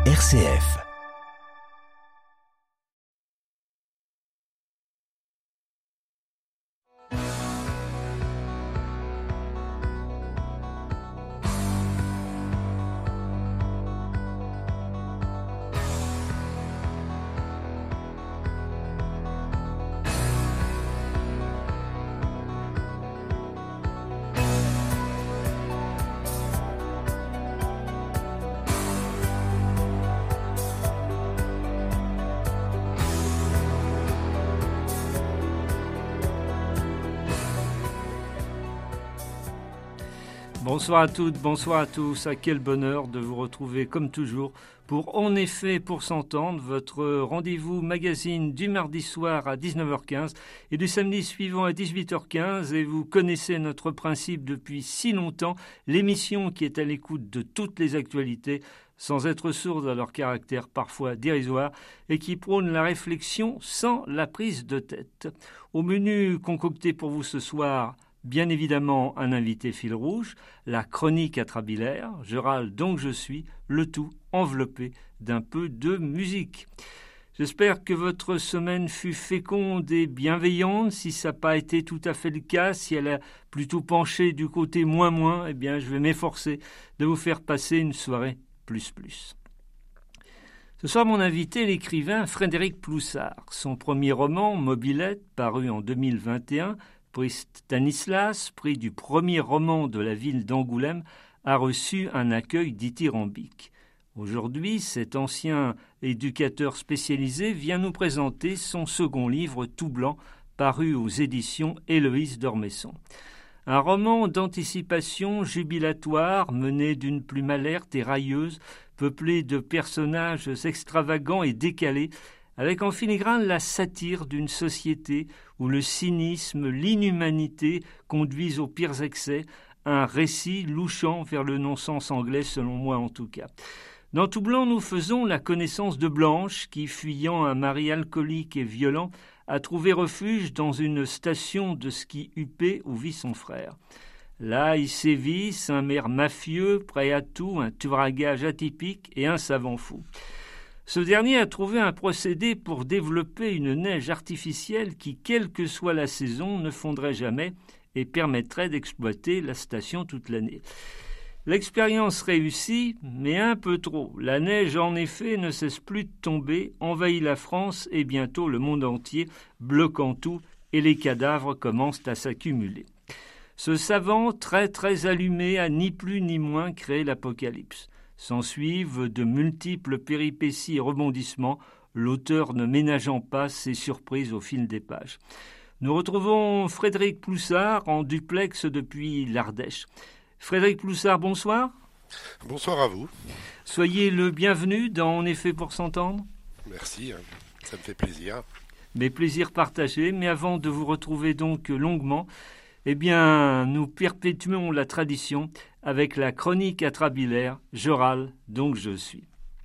RCF. Bonsoir à toutes, bonsoir à tous. À quel bonheur de vous retrouver comme toujours pour En effet pour s'entendre, votre rendez-vous magazine du mardi soir à 19h15 et du samedi suivant à 18h15. Et vous connaissez notre principe depuis si longtemps, l'émission qui est à l'écoute de toutes les actualités sans être sourde à leur caractère parfois dérisoire et qui prône la réflexion sans la prise de tête. Au menu concocté pour vous ce soir, bien évidemment, un invité fil rouge, la chronique atrabilaire, je râle donc je suis, le tout enveloppé d'un peu de musique. J'espère que votre semaine fut féconde et bienveillante. Si ça n'a pas été tout à fait le cas, si elle a plutôt penché du côté moins, eh bien je vais m'efforcer de vous faire passer une soirée plus. Ce soir, mon invité est l'écrivain Frédéric Ploussard. Son premier roman, Mobilette, paru en 2021, prix Stanislas, prix du premier roman de la ville d'Angoulême, a reçu un accueil dithyrambique. Aujourd'hui, cet ancien éducateur spécialisé vient nous présenter son second livre tout blanc, paru aux éditions Héloïse d'Ormesson. Un roman d'anticipation jubilatoire, mené d'une plume alerte et railleuse, peuplé de personnages extravagants et décalés, avec en filigrane la satire d'une société où le cynisme, l'inhumanité conduisent aux pires excès, un récit louchant vers le non-sens anglais, selon moi en tout cas. Dans Tout blanc, nous faisons la connaissance de Blanche, qui, fuyant un mari alcoolique et violent, a trouvé refuge dans une station de ski huppé où vit son frère. Là, il sévisse un maire mafieux, prêt à tout, un tueur à gages atypique et un savant fou. Ce dernier a trouvé un procédé pour développer une neige artificielle qui, quelle que soit la saison, ne fondrait jamais et permettrait d'exploiter la station toute l'année. L'expérience réussit, mais un peu trop. La neige, en effet, ne cesse plus de tomber, envahit la France et bientôt le monde entier, bloquant tout, et les cadavres commencent à s'accumuler. Ce savant, très allumé, a ni plus ni moins créé l'apocalypse. S'ensuivent de multiples péripéties et rebondissements, l'auteur ne ménageant pas ses surprises au fil des pages. Nous retrouvons Frédéric Ploussard en duplex depuis l'Ardèche. Frédéric Ploussard, bonsoir. Bonsoir à vous. Soyez le bienvenu dans En effet pour s'entendre. Merci, ça me fait plaisir. Mes plaisirs partagés, mais avant de vous retrouver donc longuement, eh bien, nous perpétuons la tradition avec la chronique atrabilaire « Je râle, donc je suis ».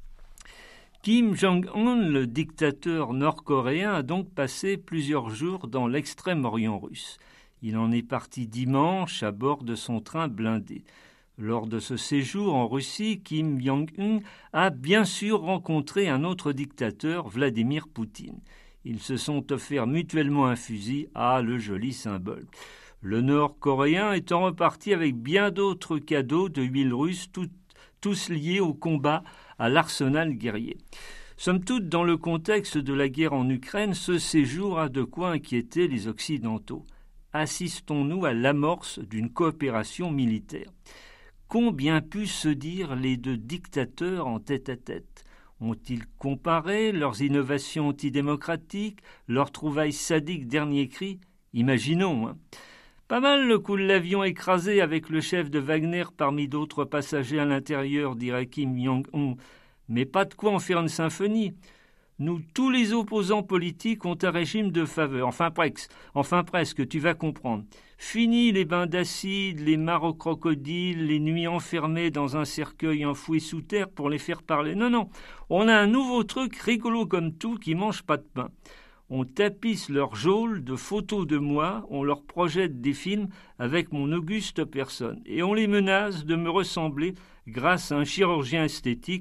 Kim Jong-un, le dictateur nord-coréen, a donc passé plusieurs jours dans l'extrême-orient russe. Il en est parti dimanche à bord de son train blindé. Lors de ce séjour en Russie, Kim Jong-un a bien sûr rencontré un autre dictateur, Vladimir Poutine. Ils se sont offerts mutuellement un fusil, le joli symbole. Le Nord-Coréen étant reparti avec bien d'autres cadeaux de huile russe, tous liés au combat à l'arsenal guerrier. Somme toute, dans le contexte de la guerre en Ukraine, ce séjour a de quoi inquiéter les Occidentaux. Assistons-nous à l'amorce d'une coopération militaire. Qu'ont bien pu se dire les deux dictateurs en tête-à-tête ? Ont-ils comparé leurs innovations antidémocratiques, leurs trouvailles sadiques dernier cri ? Imaginons, Pas mal le coup de l'avion écrasé avec le chef de Wagner parmi d'autres passagers à l'intérieur, dirait Kim Jong-un. Mais pas de quoi en faire une symphonie. Nous, tous les opposants politiques ont un régime de faveur. Enfin presque, tu vas comprendre. Fini les bains d'acide, les mares aux crocodiles, les nuits enfermées dans un cercueil enfoui sous terre pour les faire parler. Non, on a un nouveau truc rigolo comme tout qui mange pas de pain. On tapisse leurs geôles de photos de moi, on leur projette des films avec mon auguste personne et on les menace de me ressembler grâce à un chirurgien esthétique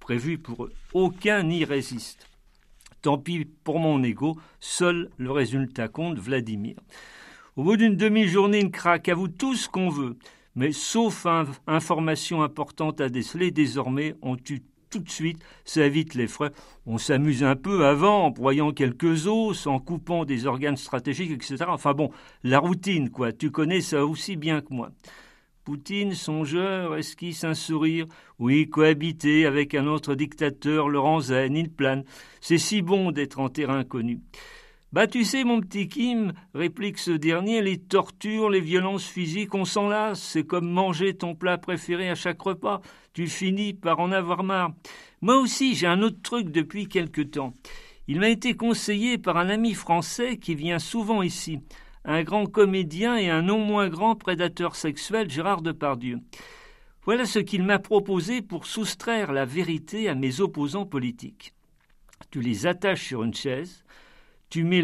prévu pour eux. Aucun n'y résiste. Tant pis pour mon ego, seul le résultat compte, Vladimir. Au bout d'une demi-journée, une craque, avoue tout ce qu'on veut, mais sauf information importante à déceler, désormais on tue tout de suite, ça évite les frais. On s'amuse un peu avant en broyant quelques os, en coupant des organes stratégiques, etc. Enfin bon, la routine, quoi. Tu connais ça aussi bien que moi. Poutine, songeur, esquisse un sourire. Oui, cohabiter avec un autre dictateur, le rend zen, il plane. C'est si bon d'être en terrain connu. Bah tu sais, mon petit Kim, réplique ce dernier, les tortures, les violences physiques, on s'en lasse. C'est comme manger ton plat préféré à chaque repas. Tu finis par en avoir marre. Moi aussi, j'ai un autre truc depuis quelque temps. Il m'a été conseillé par un ami français qui vient souvent ici, un grand comédien et un non moins grand prédateur sexuel, Gérard Depardieu. Voilà ce qu'il m'a proposé pour soustraire la vérité à mes opposants politiques. Tu les attaches sur une chaise, tu mets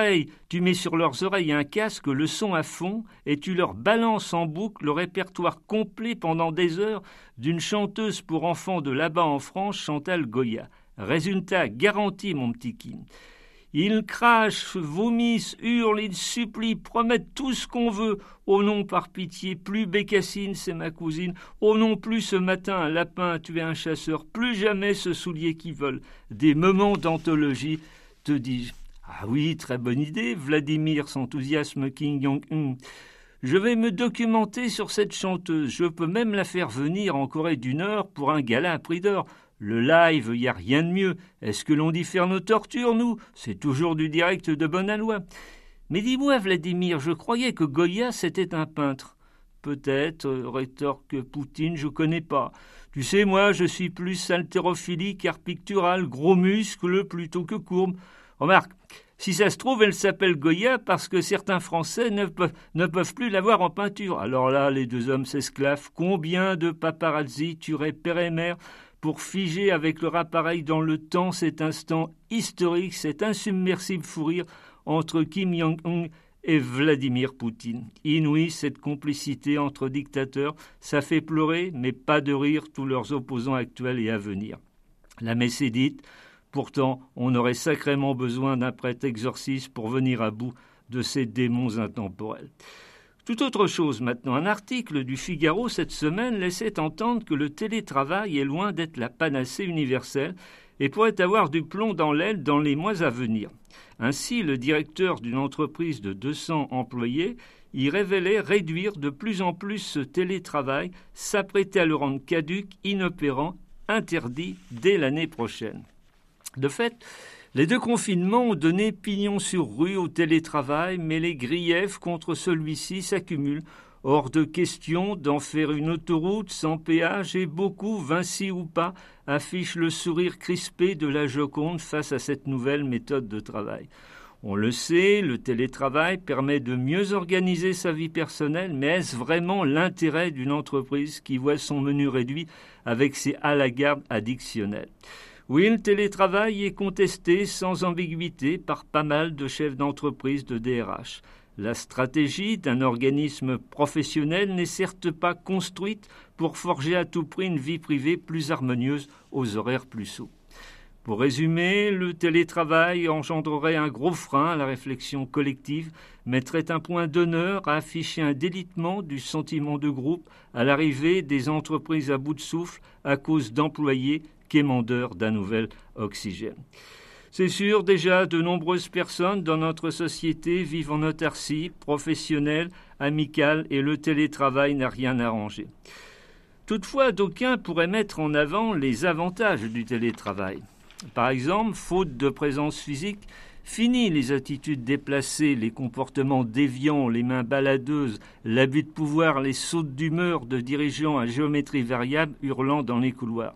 sur leurs oreilles un casque, le son à fond, et tu leur balances en boucle le répertoire complet pendant des heures d'une chanteuse pour enfants de là-bas en France, Chantal Goya. Résultat garanti, mon petit Kim. Ils crachent, vomissent, hurlent, ils supplient, promettent tout ce qu'on veut. Oh non, par pitié, plus Bécassine, c'est ma cousine. Oh non, plus ce matin un lapin a tué un chasseur. Plus jamais ce soulier qui vole. Des moments d'anthologie, te dis-je. Ah oui, très bonne idée, Vladimir, s'enthousiasme Kim Jong-un. Je vais me documenter sur cette chanteuse. Je peux même la faire venir en Corée du Nord pour un gala à prix d'or. Le live, y a rien de mieux. Est-ce que l'on diffère nos tortures, nous? C'est toujours du direct de bonne aloi. Mais dis-moi, Vladimir, je croyais que Goya, c'était un peintre. Peut-être, rétorque Poutine, je connais pas. Tu sais, moi, je suis plus haltérophilique, art pictural, gros muscles plutôt que courbe. Remarque, si ça se trouve, elle s'appelle Goya parce que certains Français ne peuvent plus la voir en peinture. Alors là, les deux hommes s'esclavent. Combien de paparazzi tueraient père et mère pour figer avec leur appareil dans le temps cet instant historique, cet insubmersible fou rire entre Kim Jong-un et Vladimir Poutine. Inouïe cette complicité entre dictateurs, ça fait pleurer, mais pas de rire tous leurs opposants actuels et à venir. La messe est dite. Pourtant, on aurait sacrément besoin d'un prêtre exorciste pour venir à bout de ces démons intemporels. Tout autre chose maintenant. Un article du Figaro cette semaine laissait entendre que le télétravail est loin d'être la panacée universelle et pourrait avoir du plomb dans l'aile dans les mois à venir. Ainsi, le directeur d'une entreprise de 200 employés y révélait réduire de plus en plus ce télétravail, s'apprêter à le rendre caduc, inopérant, interdit dès l'année prochaine. De fait, les deux confinements ont donné pignon sur rue au télétravail, mais les griefs contre celui-ci s'accumulent. Hors de question d'en faire une autoroute sans péage et beaucoup, Vinci ou pas, affichent le sourire crispé de la Joconde face à cette nouvelle méthode de travail. On le sait, le télétravail permet de mieux organiser sa vie personnelle, mais est-ce vraiment l'intérêt d'une entreprise qui voit son menu réduit avec ses à la garde additionnels ? Oui, le télétravail est contesté sans ambiguïté par pas mal de chefs d'entreprise de DRH. La stratégie d'un organisme professionnel n'est certes pas construite pour forger à tout prix une vie privée plus harmonieuse aux horaires plus souples. Pour résumer, le télétravail engendrerait un gros frein à la réflexion collective, mettrait un point d'honneur à afficher un délitement du sentiment de groupe à l'arrivée des entreprises à bout de souffle à cause d'employés quémandeurs d'un nouvel oxygène. C'est sûr, déjà, de nombreuses personnes dans notre société vivent en autarcie, professionnelle, amicale, et le télétravail n'a rien arrangé. Toutefois, d'aucuns pourraient mettre en avant les avantages du télétravail. Par exemple, faute de présence physique, fini les attitudes déplacées, les comportements déviants, les mains baladeuses, l'abus de pouvoir, les sautes d'humeur de dirigeants à géométrie variable hurlant dans les couloirs.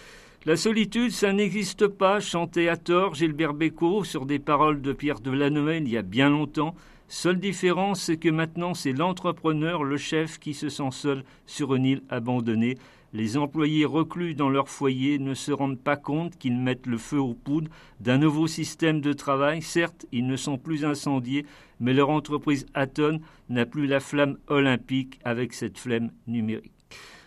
La solitude, ça n'existe pas, chantait à tort Gilbert Bécaud sur des paroles de Pierre de Lanoë il y a bien longtemps. Seule différence, c'est que maintenant, c'est l'entrepreneur, le chef, qui se sent seul sur une île abandonnée. Les employés reclus dans leur foyer ne se rendent pas compte qu'ils mettent le feu aux poudres d'un nouveau système de travail. Certes, ils ne sont plus incendiés, mais leur entreprise atone n'a plus la flamme olympique avec cette flemme numérique.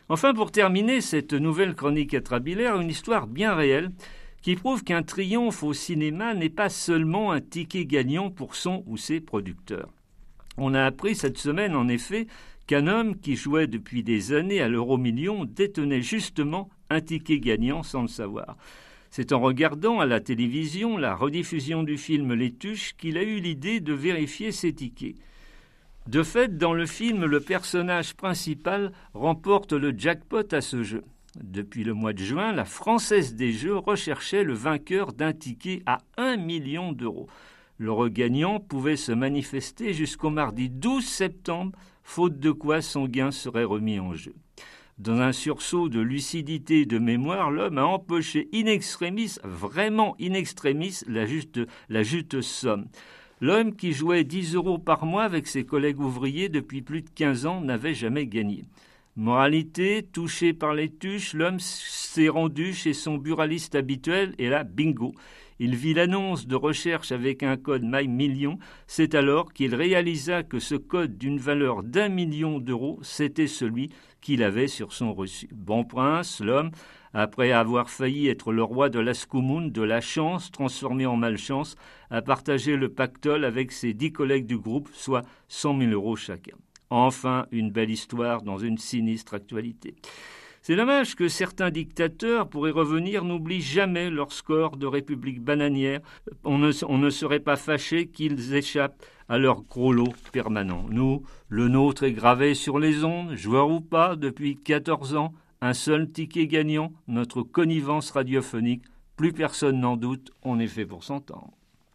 Enfin, pour terminer cette nouvelle chronique atrabilaire, une histoire bien réelle qui prouve qu'un triomphe au cinéma n'est pas seulement un ticket gagnant pour son ou ses producteurs. On a appris cette semaine, en effet, qu'un homme qui jouait depuis des années à l'euro-million détenait justement un ticket gagnant sans le savoir. C'est en regardant à la télévision la rediffusion du film Les Tuches qu'il a eu l'idée de vérifier ses tickets. De fait, dans le film, le personnage principal remporte le jackpot à ce jeu. Depuis le mois de juin, la Française des Jeux recherchait le vainqueur d'un ticket à 1 million d'euros. Le regagnant pouvait se manifester jusqu'au mardi 12 septembre, faute de quoi son gain serait remis en jeu. Dans un sursaut de lucidité et de mémoire, l'homme a empoché in extremis, vraiment in extremis, la juste somme. L'homme qui jouait 10 euros par mois avec ses collègues ouvriers depuis plus de 15 ans n'avait jamais gagné. Moralité, touché par les tuches, l'homme s'est rendu chez son buraliste habituel et là, bingo. Il vit l'annonce de recherche avec un code MyMillion. C'est alors qu'il réalisa que ce code d'une valeur d'1 million d'euros, c'était celui qu'il avait sur son reçu. Bon prince, l'homme, après avoir failli être le roi de l'Ascoumoun, de la chance transformée en malchance, a partagé le pactole avec ses 10 collègues du groupe, soit 100 000 euros chacun. Enfin, une belle histoire dans une sinistre actualité. C'est dommage que certains dictateurs, pour y revenir, n'oublient jamais leur score de république bananière. On ne serait pas fâché qu'ils échappent à leur gros lot permanent. Nous, le nôtre est gravé sur les ondes, joueur ou pas, depuis 14 ans, un seul ticket gagnant, notre connivence radiophonique. Plus personne n'en doute, on est fait pour s'entendre.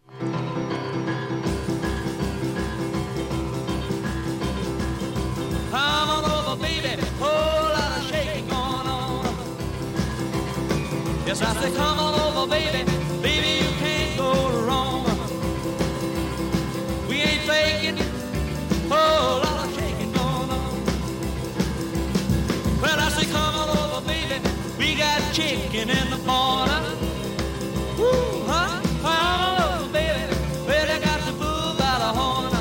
Yes, I say, come on over, baby. Baby, you can't go wrong. We ain't faking. Oh, lot of shaking going on. Well, I say, come on over, baby. We got chicken in the corner. Woo, huh? Come on over, baby. Well, I got the bull by the horn.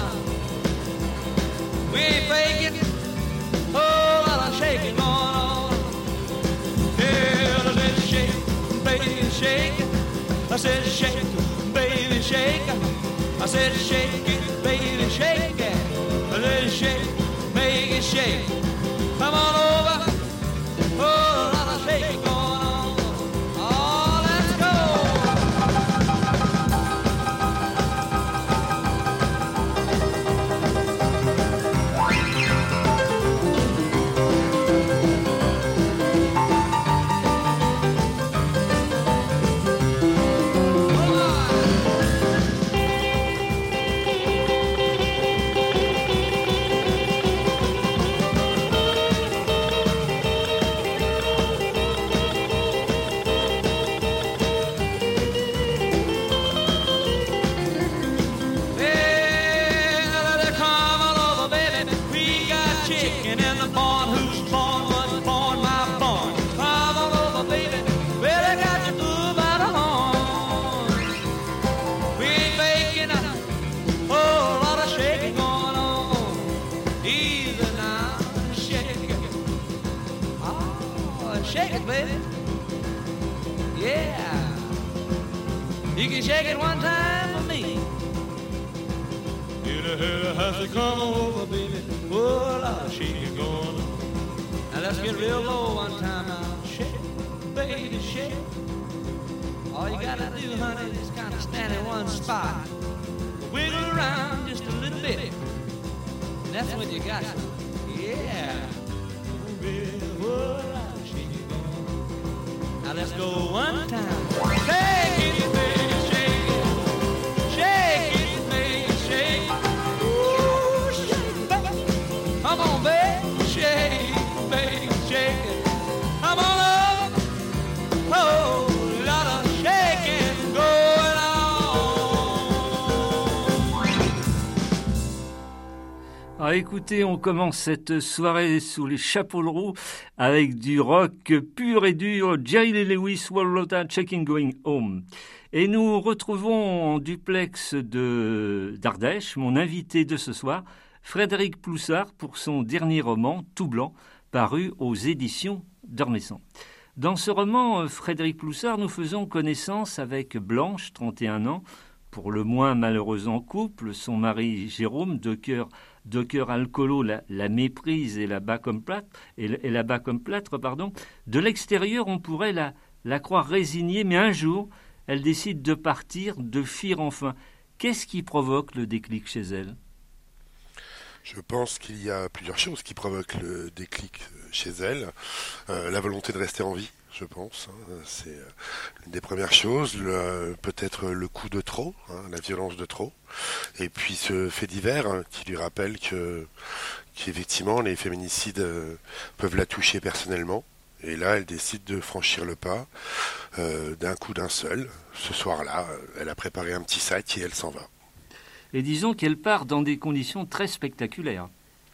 We ain't faking. Oh, lot of shaking going on. Yeah, let's shake. Baby, shake it. I said, shake it, baby, shake it. I said, shake it, baby, shake it. I said, shake it, make it shake. Come on over. Oh, a lot of shaking going on. Oh, let's go. Shake it, baby. Yeah. You can shake it one time for me. Get a head has to come over, baby. Oh, a lot of shaking going on. Now let's get real low one time now. Shake, baby, shake. All you gotta do, honey, is kind of stand in one spot. Wiggle around just a little bit. And that's when you got it. Yeah. Oh, baby, oh, now let's go one time. Shake it, baby, shake it. Shake it, baby, shake it. Ooh, shake it, baby. Come on, baby, shake it, baby, shake it. Come on up. Oh, a lot of shaking going on. Ah, écoutez, on commence cette soirée sous les chapeaux de roue avec du rock pur et dur, Jerry Lee Lewis, Wallota, Checking Going Home. Et nous retrouvons en duplex d'Ardèche mon invité de ce soir, Frédéric Ploussard, pour son dernier roman, Tout Blanc, paru aux éditions d'Ormesson. Dans ce roman, Frédéric Ploussard, nous faisons connaissance avec Blanche, 31 ans, pour le moins malheureuse en couple. Son mari Jérôme, de cœur alcoolo, la méprise et la bat comme plâtre. De l'extérieur, on pourrait la croire résignée, mais un jour, elle décide de partir, de fuir enfin. Qu'est-ce qui provoque le déclic chez elle ? Je pense qu'il y a plusieurs choses qui provoquent le déclic chez elle. La volonté de rester en vie, je pense. C'est l'une des premières choses. Peut-être le coup de trop, la violence de trop. Et puis ce fait divers qui lui rappelle qu'effectivement les féminicides peuvent la toucher personnellement. Et là, elle décide de franchir le pas d'un coup d'un seul. Ce soir-là, elle a préparé un petit sac et elle s'en va. Et disons qu'elle part dans des conditions très spectaculaires.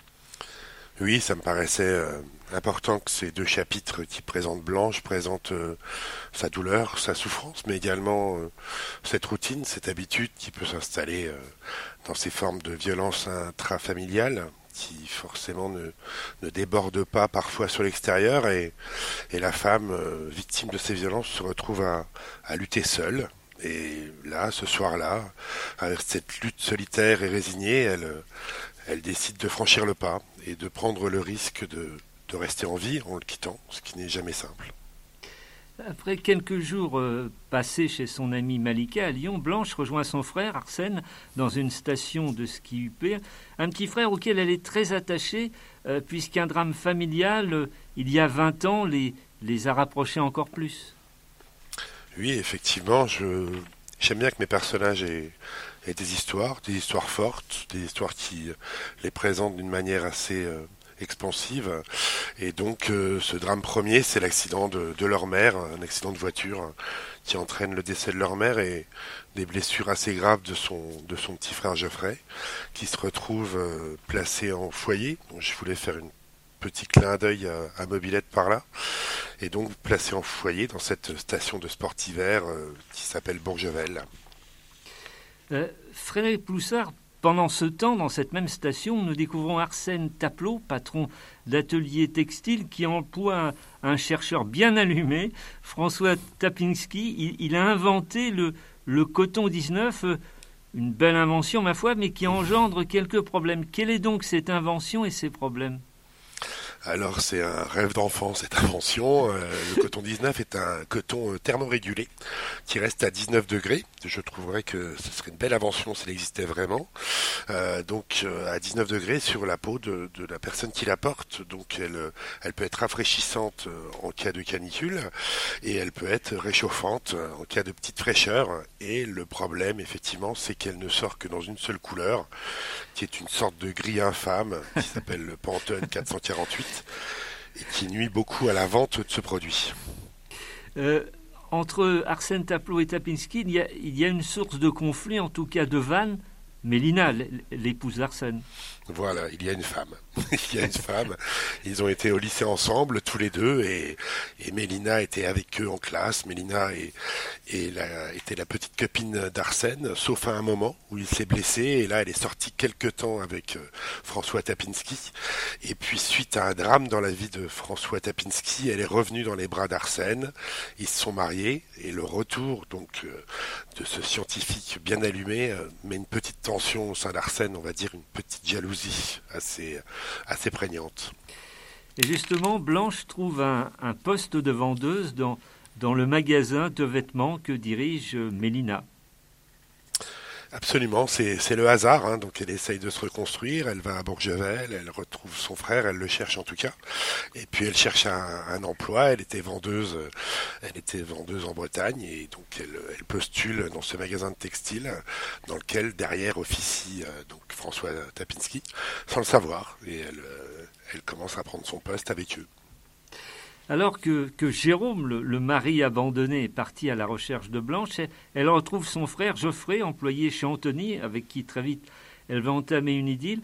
Oui, ça me paraissait important que ces deux chapitres qui présentent Blanche présentent sa douleur, sa souffrance, mais également cette routine, cette habitude qui peut s'installer dans ces formes de violence intrafamiliale qui forcément ne déborde pas parfois sur l'extérieur et la femme victime de ces violences se retrouve à lutter seule. Et là, ce soir-là, avec cette lutte solitaire et résignée, elle décide de franchir le pas et de prendre le risque de rester en vie en le quittant, ce qui n'est jamais simple. Après quelques jours passés chez son amie Malika à Lyon, Blanche rejoint son frère Arsène dans une station de ski UP. Un petit frère auquel elle est très attachée, puisqu'un drame familial, il y a 20 ans, les a rapprochés encore plus. Oui, effectivement, j'aime bien que mes personnages aient des histoires fortes, des histoires qui les présentent d'une manière assez expansive. Et donc, ce drame premier, c'est l'accident de leur mère, un accident de voiture qui entraîne le décès de leur mère et des blessures assez graves de son petit frère Geoffrey, qui se retrouve placé en foyer. Donc, je voulais faire un petit clin d'œil à Mobilette par là. Et donc placé en foyer dans cette station de sport hiver qui s'appelle Bourgevel. Frédéric Ploussard, pendant ce temps, dans cette même station, nous découvrons Arsène Taplot, patron d'atelier textile, qui emploie un chercheur bien allumé, François Tapinski. Il a inventé le coton 19, une belle invention, ma foi, mais qui engendre quelques problèmes. Quelle est donc cette invention et ses problèmes ? Alors c'est un rêve d'enfant cette invention. Le coton 19 est un coton thermorégulé qui reste à 19 degrés. Je trouverais que ce serait une belle invention s'il existait vraiment. Donc à 19 degrés sur la peau de la personne qui la porte. Donc elle peut être rafraîchissante en cas de canicule et elle peut être réchauffante en cas de petite fraîcheur. Et le problème effectivement c'est qu'elle ne sort que dans une seule couleur qui est une sorte de gris infâme qui s'appelle le Pantone 448 et qui nuit beaucoup à la vente de ce produit. Entre Arsène Taplot et Tapinski, il y a une source de conflit, en tout cas de vanne. Mélina, l'épouse d'Arsène. Voilà, il y a une femme. Ils ont été au lycée ensemble, tous les deux, et Mélina était avec eux en classe. Mélina était la petite copine d'Arsène, sauf à un moment où il s'est blessé, et là elle est sortie quelque temps avec François Tapinski. Et puis suite à un drame dans la vie de François Tapinski, elle est revenue dans les bras d'Arsène. Ils se sont mariés, et le retour donc de ce scientifique bien allumé met une petite tension au sein d'Arsène, on va dire une petite jalousie assez prégnante. Et justement, Blanche trouve un poste de vendeuse dans le magasin de vêtements que dirige Mélina. Absolument, c'est le hasard, donc elle essaye de se reconstruire, elle va à Bourgevel, elle retrouve son frère, elle le cherche en tout cas, et puis elle cherche un emploi, elle était vendeuse en Bretagne, et donc elle postule dans ce magasin de textile, dans lequel derrière officie donc François Tapinski, sans le savoir, et elle commence à prendre son poste avec eux. Alors que Jérôme, le mari abandonné, est parti à la recherche de Blanche, elle retrouve son frère Geoffrey, employé chez Anthony, avec qui très vite elle va entamer une idylle.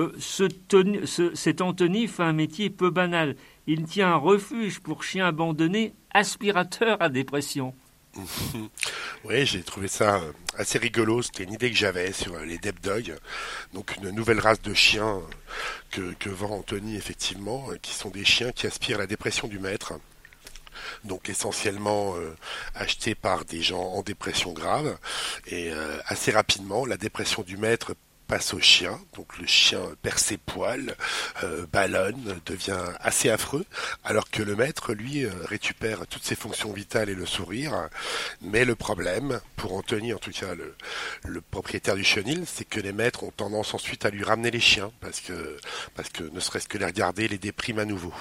Cet Anthony fait un métier peu banal. Il tient un refuge pour chiens abandonnés, aspirateur à dépression. Oui, j'ai trouvé ça assez rigolo. C'était une idée que j'avais sur les Dep Dogs, donc une nouvelle race de chiens que vend Anthony effectivement, qui sont des chiens qui aspirent la dépression du maître. Donc essentiellement achetés par des gens en dépression grave. Et assez rapidement, la dépression du maître passe au chien, donc le chien perd ses poils, ballonne, devient assez affreux, alors que le maître, lui, récupère toutes ses fonctions vitales et le sourire. Mais le problème, pour Anthony, en tout cas le propriétaire du chenil, c'est que les maîtres ont tendance ensuite à lui ramener les chiens, parce que ne serait-ce que les regarder les déprime à nouveau.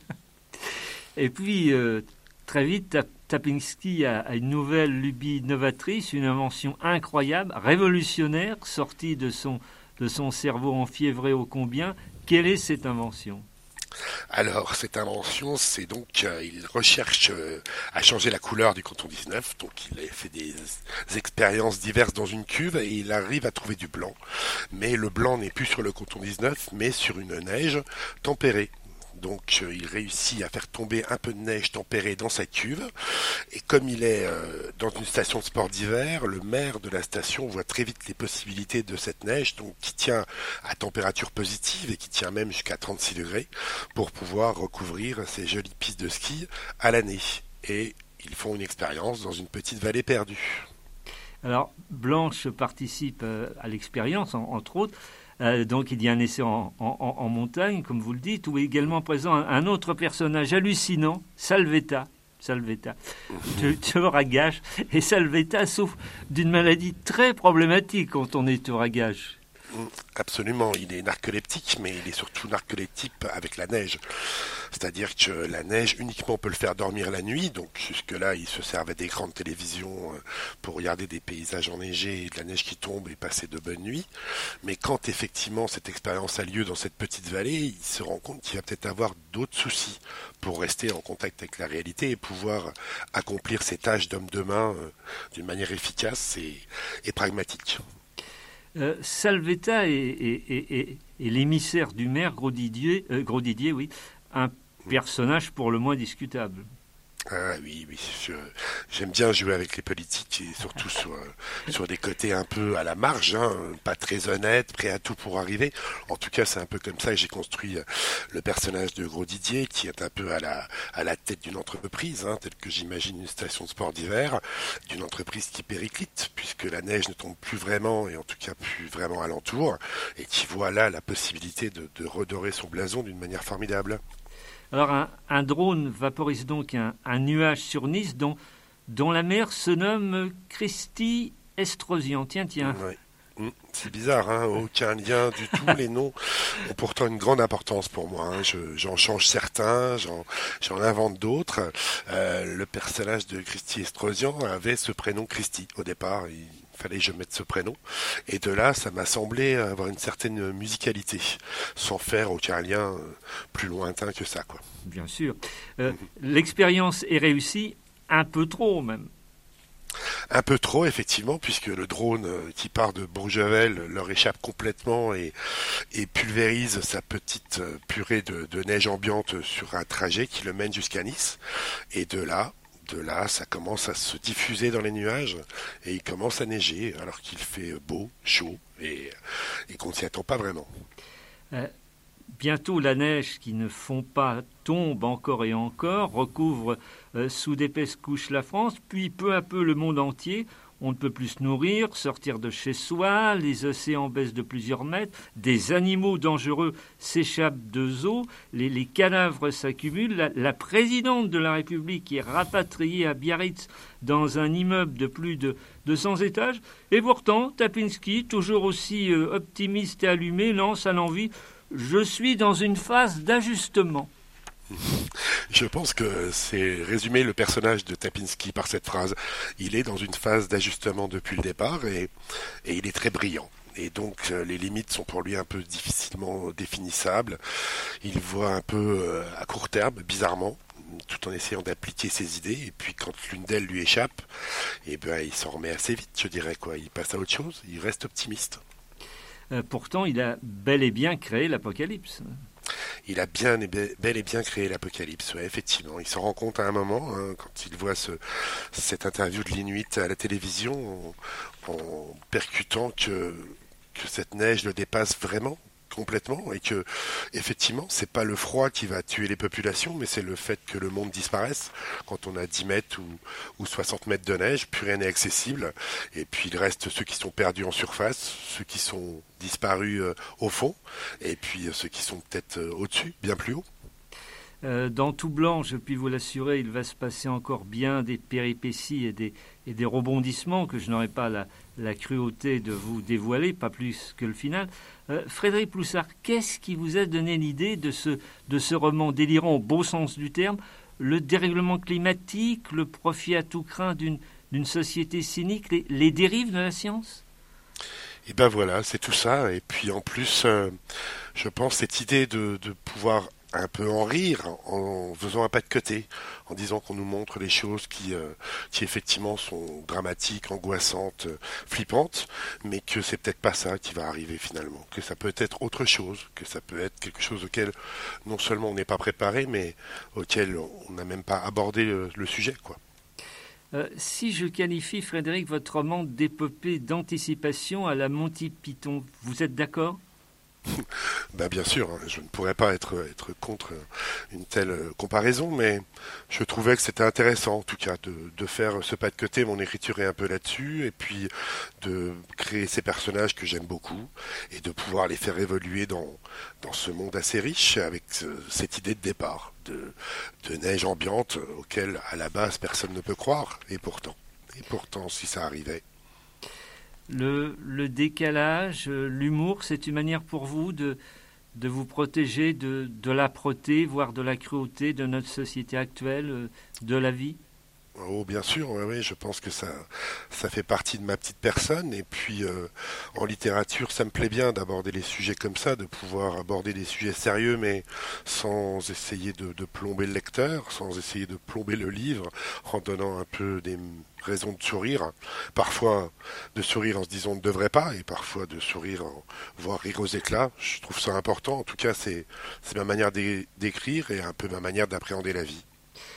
Et puis, très vite, Tapinski a une nouvelle lubie novatrice, une invention incroyable, révolutionnaire, sortie de son cerveau enfiévré ô combien. Quelle est cette invention ? Alors, cette invention, c'est donc, il recherche à changer la couleur du coton 19, donc il a fait des expériences diverses dans une cuve et il arrive à trouver du blanc. Mais le blanc n'est plus sur le coton 19, mais sur une neige tempérée. Donc il réussit à faire tomber un peu de neige tempérée dans sa cuve. Et comme il est dans une station de sport d'hiver, le maire de la station voit très vite les possibilités de cette neige, donc qui tient à température positive et qui tient même jusqu'à 36 degrés, pour pouvoir recouvrir ces jolies pistes de ski à l'année. Et ils font une expérience dans une petite vallée perdue. Alors, Blanche participe à l'expérience, entre autres. Donc il y a un essai en montagne, comme vous le dites, où est également présent un autre personnage hallucinant, Salvetta, tueur à gages. Et Salvetta souffre d'une maladie très problématique quand on est tueur à gages. Absolument, il est narcoleptique, mais il est surtout narcoleptique avec la neige. C'est-à-dire que la neige uniquement peut le faire dormir la nuit, donc jusque-là il se servait d'écrans de télévision pour regarder des paysages enneigés et de la neige qui tombe et passer de bonnes nuits. Mais quand effectivement cette expérience a lieu dans cette petite vallée, il se rend compte qu'il va peut-être avoir d'autres soucis pour rester en contact avec la réalité et pouvoir accomplir ses tâches d'homme de main d'une manière efficace et pragmatique. Salvetta est l'émissaire du maire Grosdidier, oui, un personnage pour le moins discutable. Ah oui, j'aime bien jouer avec les politiques et surtout sur des côtés un peu à la marge, pas très honnêtes, prêts à tout pour arriver. En tout cas, c'est un peu comme ça que j'ai construit le personnage de Gros Didier, qui est un peu à la tête d'une entreprise, telle que j'imagine une station de sport d'hiver, d'une entreprise qui périclite, puisque la neige ne tombe plus vraiment, et en tout cas plus vraiment alentour, et qui voit là la possibilité de redorer son blason d'une manière formidable. Alors, un drone vaporise donc un nuage sur Nice dont la mer se nomme Christie Estrosian. Tiens. Ouais. C'est bizarre, aucun lien du tout. Les noms ont pourtant une grande importance pour moi. J'en change certains, j'en invente d'autres. Le personnage de Christie Estrosian avait ce prénom Christie au départ. Il fallait que je mette ce prénom. Et de là, ça m'a semblé avoir une certaine musicalité, sans faire aucun lien plus lointain que ça, quoi. Bien sûr. L'expérience est réussie, un peu trop même. Un peu trop, effectivement, puisque le drone qui part de Bourgevel leur échappe complètement et pulvérise sa petite purée de neige ambiante sur un trajet qui le mène jusqu'à Nice. Et de là, ça commence à se diffuser dans les nuages et il commence à neiger alors qu'il fait beau, chaud et qu'on ne s'y attend pas vraiment. Bientôt, la neige qui ne fond pas tombe encore et encore, recouvre sous d'épaisses couches la France, puis peu à peu le monde entier. On ne peut plus se nourrir, sortir de chez soi, les océans baissent de plusieurs mètres, des animaux dangereux s'échappent de zoos, les cadavres s'accumulent. La présidente de la République est rapatriée à Biarritz dans un immeuble de plus de 200 étages. Et pourtant, Tapinski, toujours aussi optimiste et allumé, lance à l'envi « Je suis dans une phase d'ajustement ». Je pense que c'est résumer le personnage de Tapinski par cette phrase. Il est dans une phase d'ajustement depuis le départ et il est très brillant. Et donc les limites sont pour lui un peu difficilement définissables. Il voit un peu à court terme, bizarrement, tout en essayant d'appliquer ses idées. Et puis quand l'une d'elles lui échappe, il s'en remet assez vite, je dirais, quoi. Il passe à autre chose, il reste optimiste. Pourtant, il a bel et bien créé l'apocalypse. Il a bel et bien créé l'apocalypse, ouais, effectivement. Il s'en rend compte à un moment, hein, quand il voit cette interview de l'Inuit à la télévision, en percutant que cette neige le dépasse vraiment, complètement, et que, effectivement, c'est pas le froid qui va tuer les populations, mais c'est le fait que le monde disparaisse. Quand on a 10 mètres ou 60 mètres de neige, plus rien n'est accessible, et puis il reste ceux qui sont perdus en surface, ceux qui sont disparus au fond, et puis ceux qui sont peut-être au-dessus, bien plus haut. Dans Tout Blanc, je puis vous l'assurer, il va se passer encore bien des péripéties et des rebondissements que je n'aurai pas la cruauté de vous dévoiler, pas plus que le final. Frédéric Ploussard, qu'est-ce qui vous a donné l'idée de ce roman délirant au beau sens du terme, le dérèglement climatique, le profit à tout craint d'une société cynique, les dérives de la science ? Et ben voilà, c'est tout ça. Et puis en plus, je pense cette idée de pouvoir un peu en rire en faisant un pas de côté, en disant qu'on nous montre les choses qui effectivement sont dramatiques, angoissantes, flippantes, mais que c'est peut-être pas ça qui va arriver finalement, que ça peut être autre chose, que ça peut être quelque chose auquel non seulement on n'est pas préparé, mais auquel on n'a même pas abordé le sujet, quoi. Si je qualifie, Frédéric, votre roman d'épopée d'anticipation à la Monty Python, vous êtes d'accord ? Ben bien sûr, hein, je ne pourrais pas être contre une telle comparaison, mais je trouvais que c'était intéressant en tout cas de faire ce pas de côté. Mon écriture est un peu là-dessus, et puis de créer ces personnages que j'aime beaucoup et de pouvoir les faire évoluer dans ce monde assez riche avec cette idée de départ de neige ambiante auquel à la base personne ne peut croire, et pourtant si ça arrivait. Le décalage, l'humour, c'est une manière pour vous de vous protéger de l'âpreté, voire de la cruauté de notre société actuelle, de la vie ? Oh, bien sûr, oui, je pense que ça fait partie de ma petite personne. Et puis, en littérature, ça me plaît bien d'aborder les sujets comme ça, de pouvoir aborder des sujets sérieux, mais sans essayer de plomber le lecteur, sans essayer de plomber le livre, en donnant un peu des raisons de sourire. Parfois, de sourire en se disant on ne devrait pas, et parfois de sourire voire rire aux éclats. Je trouve ça important. En tout cas, c'est ma manière d'écrire et un peu ma manière d'appréhender la vie.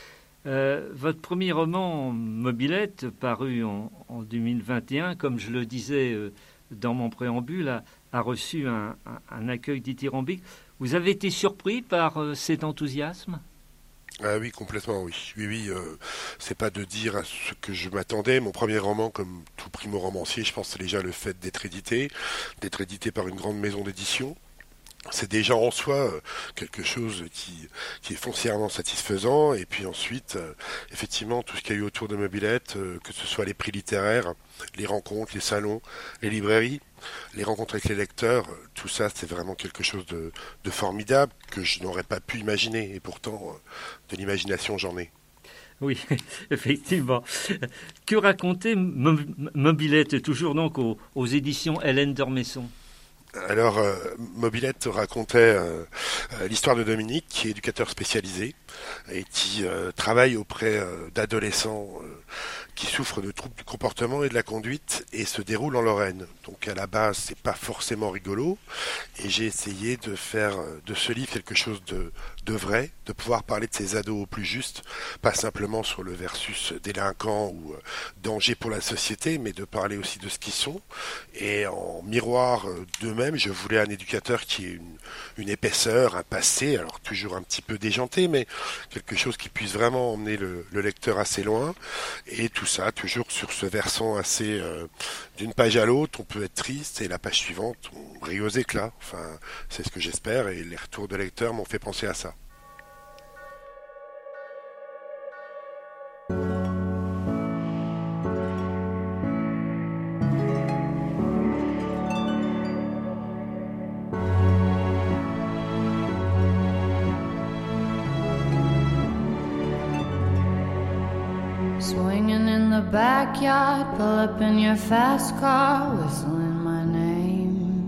Votre premier roman, Mobilette, paru en 2021, comme je le disais dans mon préambule, a reçu un accueil dithyrambique. Vous avez été surpris par cet enthousiasme ? Ah oui, complètement, oui. Oui, c'est pas de dire à ce que je m'attendais. Mon premier roman, comme tout primo-romancier, je pense que c'est déjà le fait d'être édité par une grande maison d'édition. C'est déjà en soi quelque chose qui est foncièrement satisfaisant. Et puis ensuite, effectivement, tout ce qu'il y a eu autour de Mobilette, que ce soit les prix littéraires, les rencontres, les salons, les librairies, les rencontres avec les lecteurs, tout ça, c'est vraiment quelque chose de formidable que je n'aurais pas pu imaginer. Et pourtant, de l'imagination, j'en ai. Oui, effectivement. Que racontait Mobilette, toujours donc aux éditions Hélène d'Ormesson ? Alors, Mobilette racontait l'histoire de Dominique, qui est éducateur spécialisé et qui travaille auprès d'adolescents qui souffrent de troubles du comportement et de la conduite et se déroule en Lorraine. Donc à la base, c'est pas forcément rigolo, et j'ai essayé de faire de ce livre quelque chose de vrai, de pouvoir parler de ces ados au plus juste, pas simplement sur le versus délinquant ou danger pour la société, mais de parler aussi de ce qu'ils sont. Et en miroir d'eux-mêmes, je voulais un éducateur qui ait une épaisseur, un passé, alors toujours un petit peu déjanté, mais quelque chose qui puisse vraiment emmener le lecteur assez loin. Et tout ça, toujours sur ce versant assez... d'une page à l'autre, on peut être triste, et la page suivante, on rit aux éclats. Enfin, c'est ce que j'espère, et les retours de lecteurs m'ont fait penser à ça. Swinging in the backyard, pull up in your fast car, whistling my name.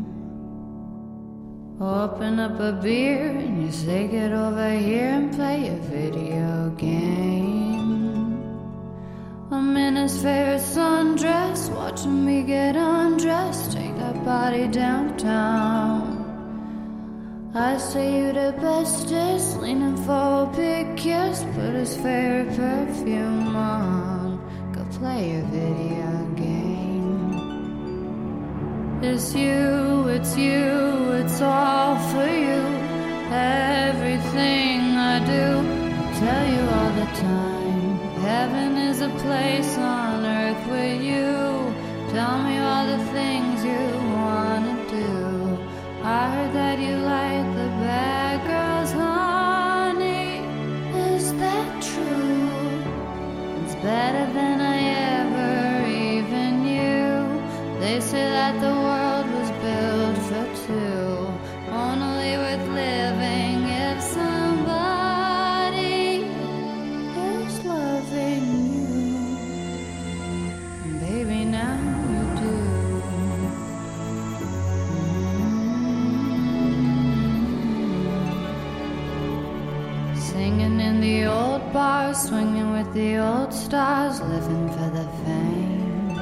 Open up a beer and you say get over here and play a video game. I'm in his favorite sundress, watching me get undressed, take that body downtown. I say you the bestest, leaning for a big kiss, put his favorite perfume on, go play your video game. It's you, it's all for you. Everything I do, I tell you all the time. Heaven is a place on earth with you. Tell me all the things you wanna do. I heard that you like the bad girls, honey. Is that true? It's better than I ever even knew. They say that the world was built for two, only worth living if somebody is loving you. Baby, now you do. Singing in the old bars, swinging with the old stars, living for the fame.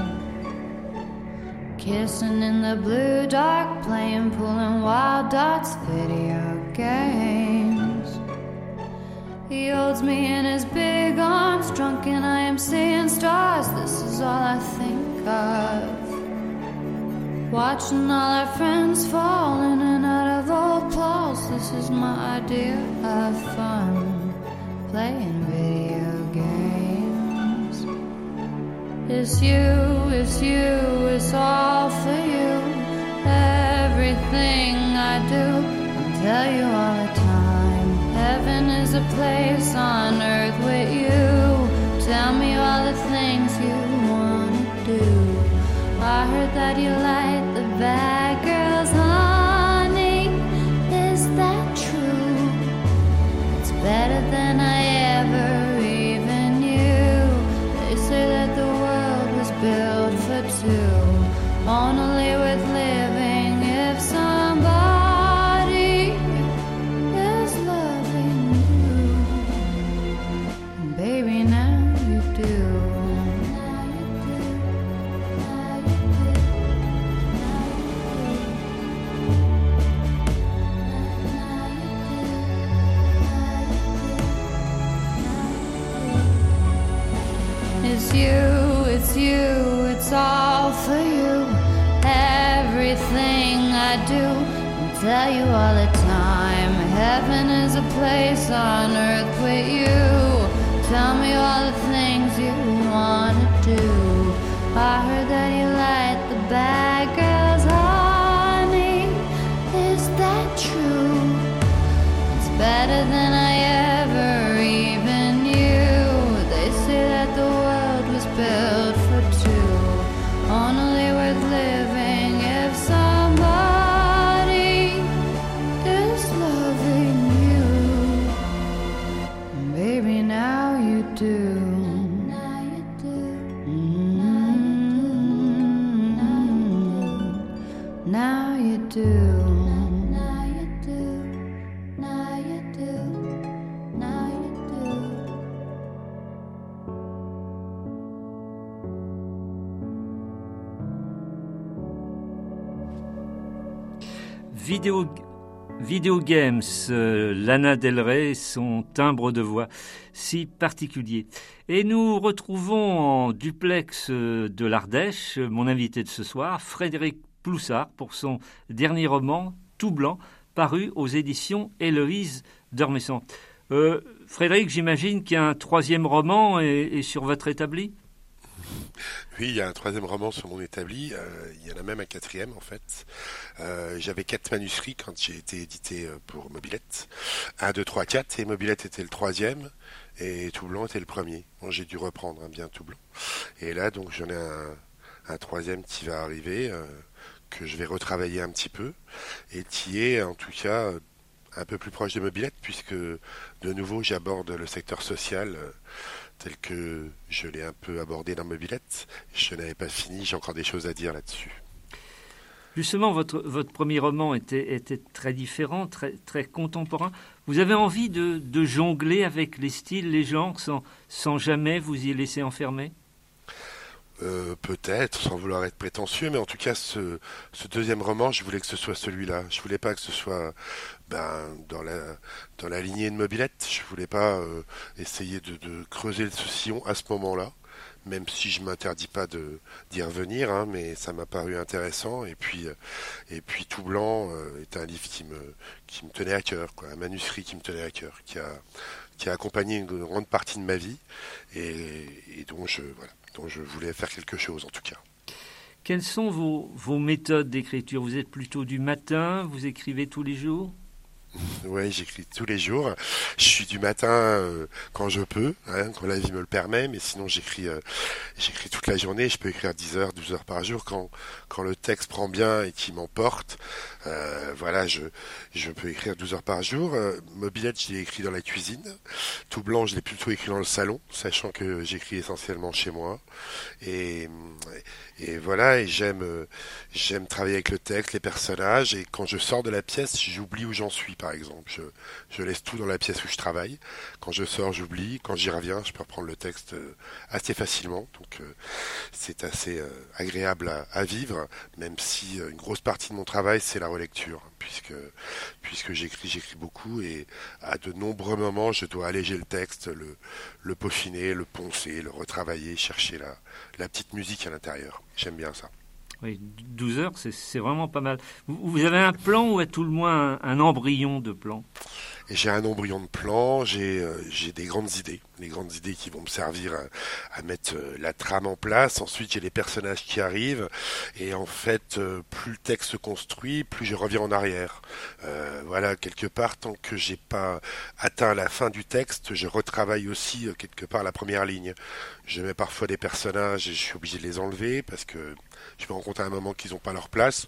Kissing in the blue dark, playing pool and wild dots, video games. He holds me in his big arms, drunk and I am seeing stars. This is all I think of. Watching all our friends fall in and out of old clothes. This is my idea of fun, playing video games. It's you, it's all for you. Everything I do, I'll tell you all the time. Heaven is a place on earth with you. Tell me all the things you wanna do. I heard that you like the bad girls, honey. Is that true? It's better than I ever even knew. They say that the world was built for two, only worth living if somebody is loving you. Baby, now you do. It's you, it's all for you. Everything I do, I tell you all the time. Heaven is a place on earth with you. Tell me all the things you wanna do. I heard that you like the bad girls, honey. Is that true? It's better than I ever even knew. They say that the world was built for two, only worth living if somebody is loving you. Baby, now you do. Now you do. Now you do. Video Games, Lana Del Rey, son timbre de voix si particulier. Et nous retrouvons en duplex de l'Ardèche mon invité de ce soir, Frédéric Ploussard, pour son dernier roman, Tout Blanc, paru aux éditions Héloïse d'Ormesson. Frédéric, j'imagine qu'il y a un troisième roman est sur votre établi ? Oui, il y a un troisième roman sur mon établi, il y en a même un quatrième en fait. J'avais 4 manuscrits quand j'ai été édité pour Mobilette. 1, 2, 3, 4, et Mobilette était le troisième, et Tout Blanc était le premier. Bon, j'ai dû reprendre bien Tout Blanc. Et là, donc, j'en ai un troisième qui va arriver, que je vais retravailler un petit peu, et qui est en tout cas un peu plus proche de Mobilette, puisque de nouveau j'aborde le secteur social tel que je l'ai un peu abordé dans Mobilette. Je n'avais pas fini, j'ai encore des choses à dire là-dessus. Justement, votre premier roman était très différent, très contemporain. Vous avez envie de jongler avec les styles, les genres, sans jamais vous y laisser enfermer ? Peut-être, sans vouloir être prétentieux, mais en tout cas, ce deuxième roman, je voulais que ce soit celui-là. Je voulais pas que ce soit dans la lignée de Mobilette. Je voulais pas essayer de creuser ce sillon à ce moment-là, même si je m'interdis pas d'y revenir, hein, mais ça m'a paru intéressant. Et puis Tout Blanc est un livre qui me tenait à cœur, quoi, un manuscrit qui me tenait à cœur, qui a accompagné une grande partie de ma vie et dont je voulais faire quelque chose en tout cas. Quelles sont vos méthodes d'écriture? Vous êtes plutôt du matin, vous écrivez tous les jours? Oui, j'écris tous les jours. Je suis du matin quand je peux, hein, quand la vie me le permet, mais sinon j'écris toute la journée. Je peux écrire 10 heures, 12 heures par jour quand le texte prend bien et qu'il m'emporte. Voilà, je peux écrire 12 heures par jour. Mobilette, je l'ai écrit dans la cuisine. Tout Blanc, je l'ai plutôt écrit dans le salon, sachant que j'écris essentiellement chez moi. Et, et voilà, et j'aime travailler avec le texte, les personnages, et quand je sors de la pièce, j'oublie où j'en suis, par exemple. Je laisse tout dans la pièce où je travaille. Quand je sors, j'oublie. Quand j'y reviens, je peux reprendre le texte assez facilement. Donc c'est assez agréable à vivre, même si une grosse partie de mon travail, c'est la relecture, puisque j'écris beaucoup, et à de nombreux moments, je dois alléger le texte, le peaufiner, le poncer, le retravailler, chercher la petite musique à l'intérieur. J'aime bien ça. Oui, 12 heures, c'est vraiment pas mal. Vous avez un plan ou à tout le moins un embryon de plan? Et j'ai un embryon de plan, j'ai des grandes idées qui vont me servir à mettre la trame en place. Ensuite, j'ai les personnages qui arrivent, et en fait, plus le texte se construit, plus je reviens en arrière. Voilà, quelque part, tant que j'ai pas atteint la fin du texte, je retravaille aussi quelque part la première ligne. Je mets parfois des personnages et je suis obligé de les enlever parce que je me rends compte à un moment qu'ils n'ont pas leur place.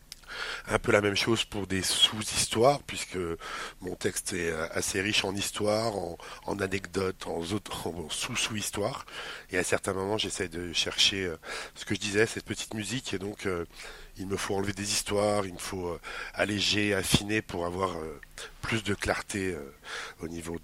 Un peu la même chose pour des sous-histoires, puisque mon texte est assez riche en histoires, en anecdotes, en sous-histoires. Et à certains moments, j'essaie de chercher ce que je disais, cette petite musique. Et donc, il me faut enlever des histoires, il me faut alléger, affiner pour avoir plus de clarté au niveau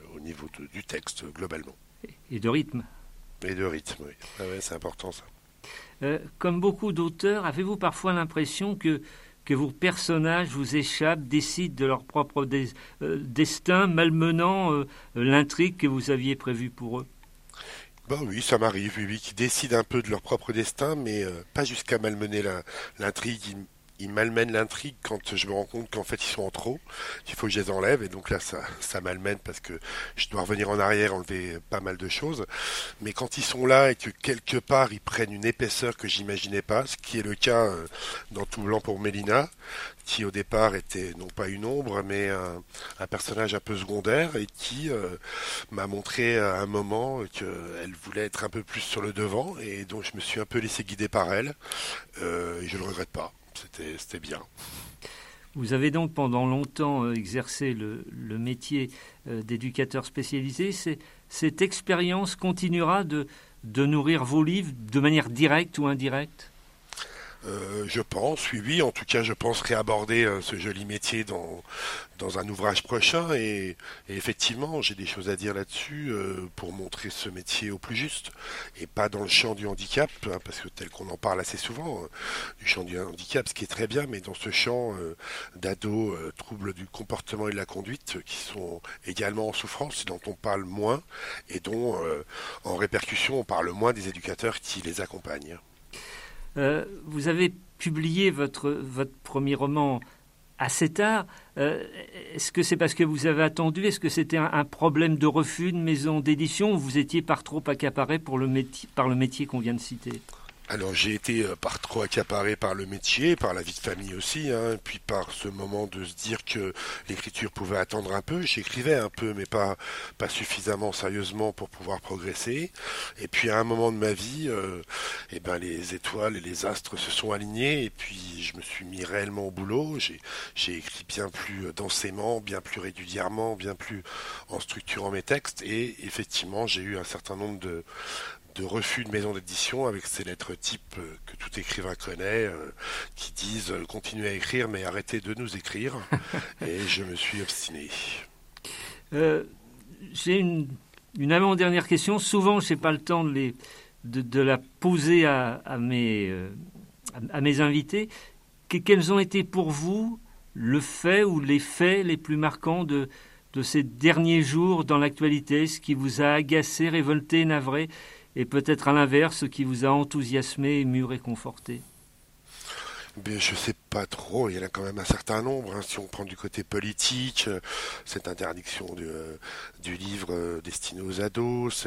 du texte, globalement. Et de rythme. Et de rythme, oui. Ah ouais, c'est important, ça. Comme beaucoup d'auteurs, avez-vous parfois l'impression que vos personnages vous échappent, décident de leur propre destin, malmenant l'intrigue que vous aviez prévue pour eux? Bah oui, ça m'arrive, oui, qui décident un peu de leur propre destin, mais pas jusqu'à malmener l'intrigue. Ils malmènent l'intrigue quand je me rends compte qu'en fait ils sont en trop, qu'il faut que je les enlève, et donc là ça malmène parce que je dois revenir en arrière, enlever pas mal de choses. Mais quand ils sont là et que quelque part ils prennent une épaisseur que j'imaginais pas, ce qui est le cas dans Tout Blanc pour Mélina, qui au départ était non pas une ombre mais un personnage un peu secondaire, et qui m'a montré à un moment qu'elle voulait être un peu plus sur le devant, et donc je me suis un peu laissé guider par elle, et je le regrette pas. C'était bien. Vous avez donc pendant longtemps exercé le métier d'éducateur spécialisé. Cette expérience continuera de nourrir vos livres de manière directe ou indirecte? Je pense, oui. En tout cas, je pense réaborder ce joli métier dans un ouvrage prochain. Et effectivement, j'ai des choses à dire là-dessus pour montrer ce métier au plus juste. Et pas dans le champ du handicap, hein, parce que tel qu'on en parle assez souvent, du champ du handicap, ce qui est très bien, mais dans ce champ d'ados troubles du comportement et de la conduite, qui sont également en souffrance, dont on parle moins, et dont, en répercussion, on parle moins des éducateurs qui les accompagnent. Vous avez publié votre premier roman assez tard. Est-ce que c'est parce que vous avez attendu? Est-ce que c'était un problème de refus de maison d'édition, ou vous étiez par trop accaparé par le métier qu'on vient de citer? Alors j'ai été par trop accaparé par le métier, par la vie de famille aussi, hein, puis par ce moment de se dire que l'écriture pouvait attendre un peu. J'écrivais un peu, mais pas suffisamment sérieusement pour pouvoir progresser. Et puis à un moment de ma vie, les étoiles et les astres se sont alignés, et puis je me suis mis réellement au boulot. J'ai écrit bien plus densément, bien plus régulièrement, bien plus en structurant mes textes, et effectivement j'ai eu un certain nombre de refus de maison d'édition avec ces lettres types que tout écrivain connaît, qui disent continuez à écrire mais arrêtez de nous écrire. Et je me suis obstiné. J'ai une avant-dernière question. Souvent, je n'ai pas le temps de de la poser à mes invités. Quels ont été pour vous le fait ou les faits les plus marquants de ces derniers jours dans l'actualité, ce qui vous a agacé, révolté, navré, et peut-être à l'inverse, ce qui vous a enthousiasmé, ému, réconforté? Mais je sais pas trop, il y en a quand même un certain nombre. Si on prend du côté politique, cette interdiction du livre destiné aux ados,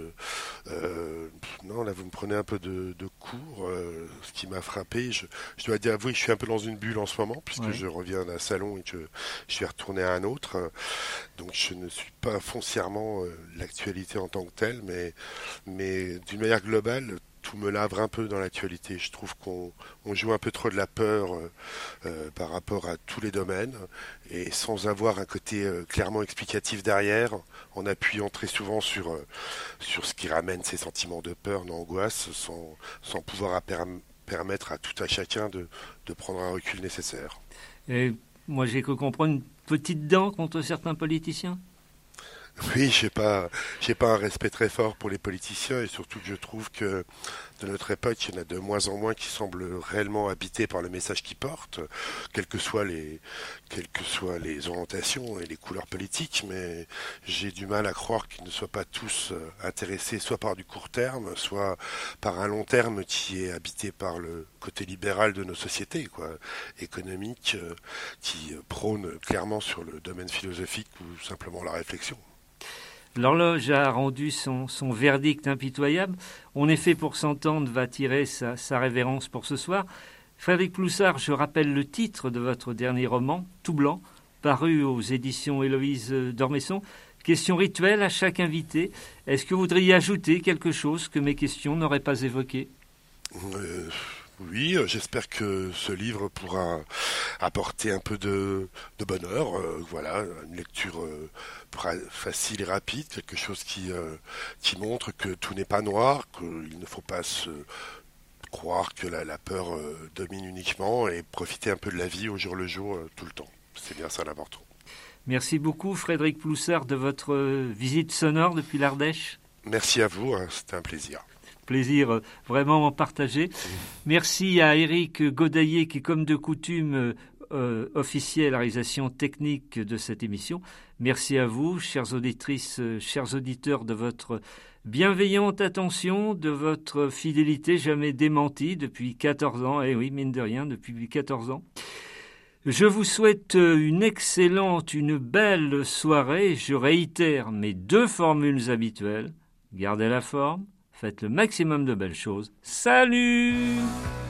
non, là vous me prenez un peu de cours, ce qui m'a frappé. Je dois dire, avouer que je suis un peu dans une bulle en ce moment, puisque je reviens d'un salon et que je vais retourner à un autre. Donc je ne suis pas foncièrement l'actualité en tant que telle, mais d'une manière globale, tout me lavre un peu dans l'actualité. Je trouve qu'on joue un peu trop de la peur par rapport à tous les domaines et sans avoir un côté clairement explicatif derrière, en appuyant très souvent sur ce qui ramène ces sentiments de peur, d'angoisse, sans pouvoir permettre à tout à chacun de prendre un recul nécessaire. Et moi j'ai cru comprendre une petite dent contre certains politiciens. Oui, j'ai pas un respect très fort pour les politiciens et surtout que je trouve que de notre époque, il y en a de moins en moins qui semblent réellement habités par le message qu'ils portent, quelles que soient les orientations et les couleurs politiques, mais j'ai du mal à croire qu'ils ne soient pas tous intéressés soit par du court terme, soit par un long terme qui est habité par le côté libéral de nos sociétés, quoi, économique, qui prône clairement sur le domaine philosophique ou simplement la réflexion. L'horloge a rendu son verdict impitoyable. On est fait pour s'entendre, va tirer sa révérence pour ce soir. Frédéric Ploussard, je rappelle le titre de votre dernier roman, Tout blanc, paru aux éditions Héloïse d'Ormesson. Question rituelle à chaque invité. Est-ce que vous voudriez ajouter quelque chose que mes questions n'auraient pas évoqué ? Oui, j'espère que ce livre pourra apporter un peu de bonheur. Voilà, une lecture facile et rapide, quelque chose qui montre que tout n'est pas noir, qu'il ne faut pas se croire que la peur domine uniquement et profiter un peu de la vie au jour le jour tout le temps. C'est bien ça l'important. Merci beaucoup Frédéric Ploussard de votre visite sonore depuis l'Ardèche. Merci à vous, c'était un plaisir. Plaisir vraiment partagé. Merci à Éric Godaillé qui, comme de coutume, officiait la réalisation technique de cette émission. Merci à vous, chères auditrices, chers auditeurs, de votre bienveillante attention, de votre fidélité jamais démentie depuis 14 ans. Eh oui, mine de rien, depuis 14 ans. Je vous souhaite une excellente, une belle soirée. Je réitère mes 2 formules habituelles. Gardez la forme. Faites le maximum de belles choses. Salut!